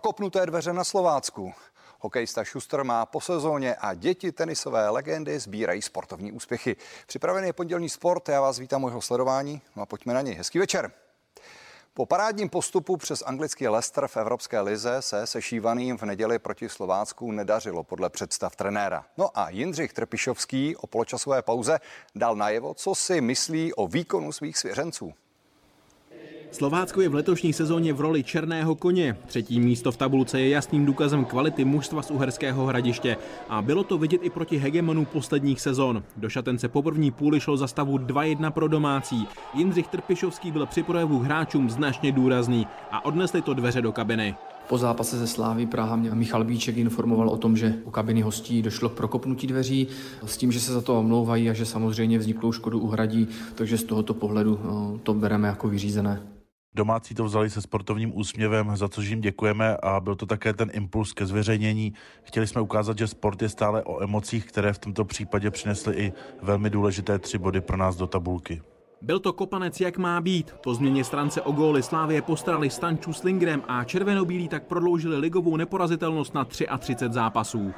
Prokopnuté dveře na Slovácku. Hokejista Šustr má po sezóně a děti tenisové legendy sbírají sportovní úspěchy. Připravený je pondělní sport, já vás vítám u jeho sledování. No a pojďme na něj. Hezký večer. Po parádním postupu přes anglický Leicester v Evropské lize se sešívaným v neděli proti Slovácku nedařilo podle představ trenéra. No a Jindřich Trpišovský o poločasové pauze dal najevo, co si myslí o výkonu svých svěřenců. Slovácko je v letošní sezóně v roli černého koně. Třetí místo v tabulce je jasným důkazem kvality mužstva z Uherského Hradiště. A bylo to vidět i proti hegemonů posledních sezon. Do šatence po první půli šlo za stavu 2-1 pro domácí. Jindřich Trpišovský byl při projevu hráčům značně důrazný a odnesli to dveře do kabiny. Po zápase ze Sláví Praha mě Michal Bíček informoval o tom, že u kabiny hostí došlo k prokopnutí dveří, s tím, že se za to omlouvají a že samozřejmě vzniklou škodu uhradí, takže z tohoto pohledu to bereme jako vyřízené. Domácí to vzali se sportovním úsměvem, za což jim děkujeme, a byl to také ten impuls ke zveřejnění. Chtěli jsme ukázat, že sport je stále o emocích, které v tomto případě přinesly i velmi důležité 3 body pro nás do tabulky. Byl to kopanec, jak má být. Po změně strance o góly Slávie postarali Stanču s Lingrem a červenobílí tak prodloužili ligovou neporazitelnost na 33 zápasů.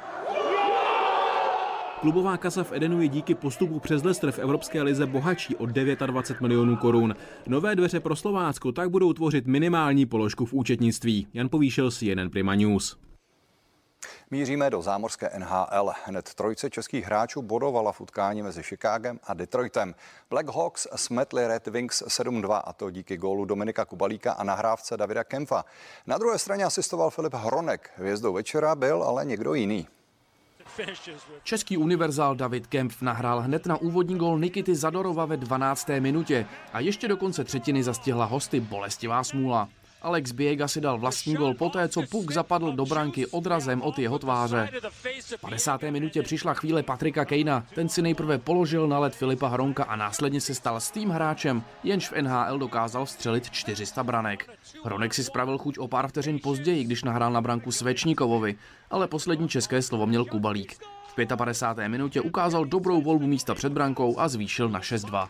Klubová kasa v Edenu je díky postupu přes Leicester v Evropské lize bohatší o 29 milionů korun. Nové dveře pro Slovácko tak budou tvořit minimální položku v účetnictví. Jan Povýšil, CNN Prima News. Míříme do zámořské NHL. Hned trojice českých hráčů bodovala v utkání mezi Chicagem a Detroitem. Black Hawks smetli Red Wings 7-2, a to díky gólu Dominika Kubalíka a nahrávce Davida Kempfa. Na druhé straně asistoval Filip Hronek. Hvězdou večera byl ale někdo jiný. Český univerzál David Kempf nahrál hned na úvodní gól Nikity Zadorova ve 12. minutě a ještě do konce třetiny zastihla hosty bolestivá smůla. Alex Biega si dal vlastní gól poté, co puk zapadl do branky odrazem od jeho tváře. V 50. minutě přišla chvíle Patrika Kejna. Ten si nejprve položil na led Filipa Hronka a následně se stal stým hráčem, jenž v NHL dokázal vstřelit 400 branek. Hronek si spravil chuť o pár vteřin později, když nahrál na branku Svečníkovovi, ale poslední české slovo měl Kubalík. V 55. minutě ukázal dobrou volbu místa před brankou a zvýšil na 6-2.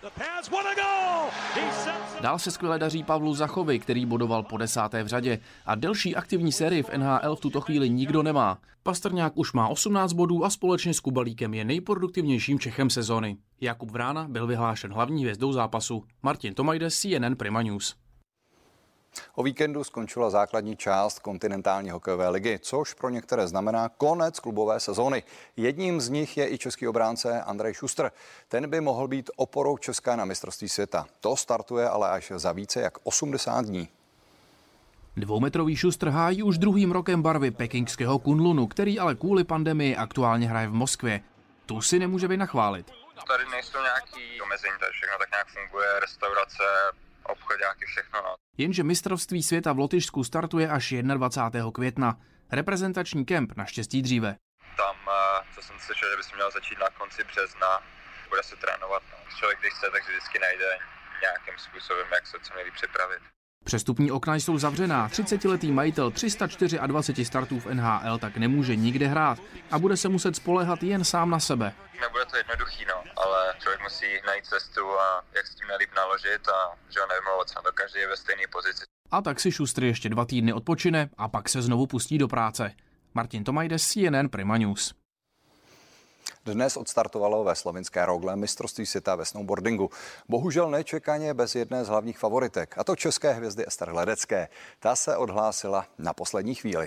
Dál se skvěle daří Pavlu Zachovi, který bodoval po 10. v řadě, a delší aktivní sérii v NHL v tuto chvíli nikdo nemá. Pastrňák už má 18 bodů a společně s Kubalíkem je nejproduktivnějším Čechem sezony. Jakub Vrána byl vyhlášen hlavní hvězdou zápasu. Martin Tomajdes, CNN Prima News. O víkendu skončila základní část kontinentální hokejové ligy, což pro některé znamená konec klubové sezóny. Jedním z nich je i český obránce Andrej Šustr. Ten by mohl být oporou Česka na mistrovství světa. To startuje ale až za více jak 80 dní. Dvoumetrový Šustr hájí už druhým rokem barvy pekingského Kunlunu, který ale kvůli pandemii aktuálně hraje v Moskvě. Tu si nemůže vynachválit. Tady nejsou nějaký omezení, tady všechno tak nějak funguje, restaurace, obchodáky, všechno. Jenže mistrovství světa v Lotyšsku startuje až 21. května. Reprezentační kemp naštěstí dříve. Tam, co jsem slyšel, že by se měl začít na konci března, bude se trénovat. Člověk, když chce, tak vždycky najde nějakým způsobem, jak se co nejlíp připravit. Přestupní okna jsou zavřená. 30letý majitel 324 startů v NHL tak nemůže nikde hrát a bude se muset spoléhat jen sám na sebe. Nebude to jednoduchý, ale člověk musí najít cestu a jak s tím nejlíp naložit a že ho nevymlouvat se, každý je ve stejné pozici. A tak si Šustr ještě 2 týdny odpočine a pak se znovu pustí do práce. Martin Tomajdes, CNN Prima News. Dnes odstartovalo ve slovinské Rogle mistrovství světa ve snowboardingu. Bohužel nečekaně bez jedné z hlavních favoritek, a to české hvězdy Ester Ledecké. Ta se odhlásila na poslední chvíli.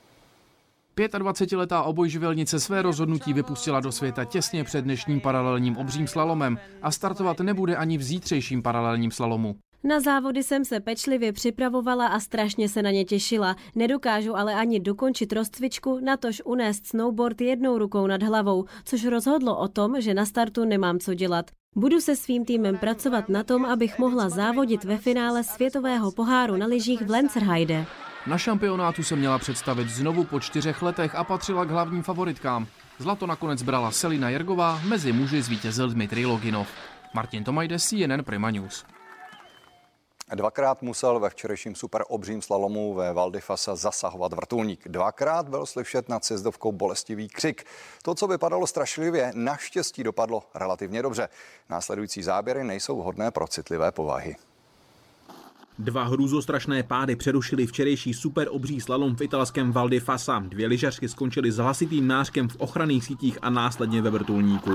25letá obojživelnice své rozhodnutí vypustila do světa těsně před dnešním paralelním obřím slalomem a startovat nebude ani v zítřejším paralelním slalomu. Na závody jsem se pečlivě připravovala a strašně se na ně těšila. Nedokážu ale ani dokončit rozcvičku, natož unést snowboard jednou rukou nad hlavou, což rozhodlo o tom, že na startu nemám co dělat. Budu se svým týmem pracovat na tom, abych mohla závodit ve finále světového poháru na lyžích v Lenzerheide. Na šampionátu se měla představit znovu po 4 letech a patřila k hlavním favoritkám. Zlato nakonec brala Selina Jergová, mezi muži zvítězil Dmitrij Loginov. Martin Tomajdes, CNN Prima News. Dvakrát musel ve včerejším superobřím slalomu ve Val di Fasa zasahovat vrtulník. Dvakrát byl slyšet nad sjezdovkou bolestivý křik. To, co vypadalo strašlivě, naštěstí dopadlo relativně dobře. Následující záběry nejsou vhodné pro citlivé povahy. 2 hrůzostrašné pády přerušily včerejší superobří slalom v italském Val di Fasa. 2 lyžařky skončily s hlasitým nářkem v ochranných sítích a následně ve vrtulníku.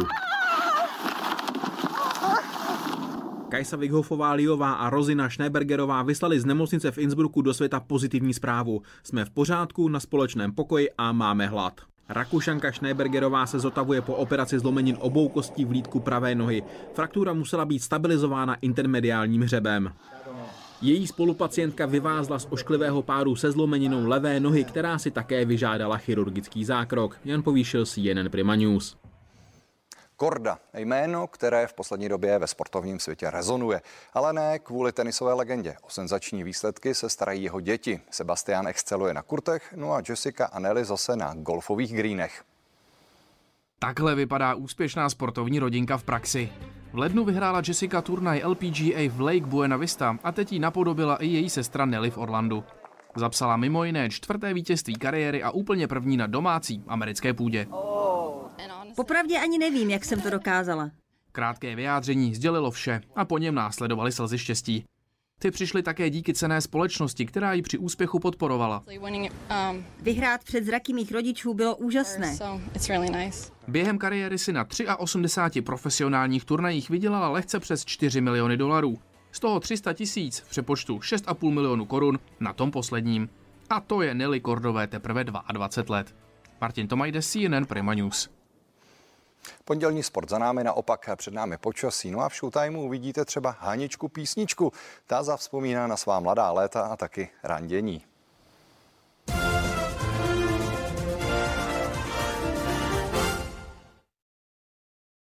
Kajsa Wighofová-Liová a Rozina Schneebergerová vyslali z nemocnice v Innsbrucku do světa pozitivní zprávu. Jsme v pořádku, na společném pokoji a máme hlad. Rakušanka Schneebergerová se zotavuje po operaci zlomenin obou kostí v lýtku pravé nohy. Fraktura musela být stabilizována intermediálním hřebem. Její spolupacientka vyvázla z ošklivého pádu se zlomeninou levé nohy, která si také vyžádala chirurgický zákrok. Jan Povýšil, CNN Prima News. Korda, jméno, které v poslední době ve sportovním světě rezonuje. Ale ne kvůli tenisové legendě. O senzační výsledky se starají jeho děti. Sebastian exceluje na kurtech, no a Jessica a Nelly zase na golfových greenech. Takhle vypadá úspěšná sportovní rodinka v praxi. V lednu vyhrála Jessica turnaj LPGA v Lake Buena Vista a teď ji napodobila i její sestra Nelly v Orlandu. Zapsala mimo jiné 4. vítězství kariéry a úplně první na domácí americké půdě. Popravdě ani nevím, jak jsem to dokázala. Krátké vyjádření sdělilo vše a po něm následovaly slzy štěstí. Ty přišly také díky cenné společnosti, která ji při úspěchu podporovala. Vyhrát před zraky mých rodičů bylo úžasné. Během kariéry si na 83 profesionálních turnajích vydělala lehce přes $4 miliony. Z toho 300 000 v přepočtu 6,5 milionu korun na tom posledním. A to je Nelly Kordové teprve 22 let. Martin Tomajde, CNN Prima News. Pondělní sport za námi, naopak před námi počasí. No a v Showtimeu uvidíte třeba Haničku písničku. Ta zavzpomíná na svá mladá léta a taky randění.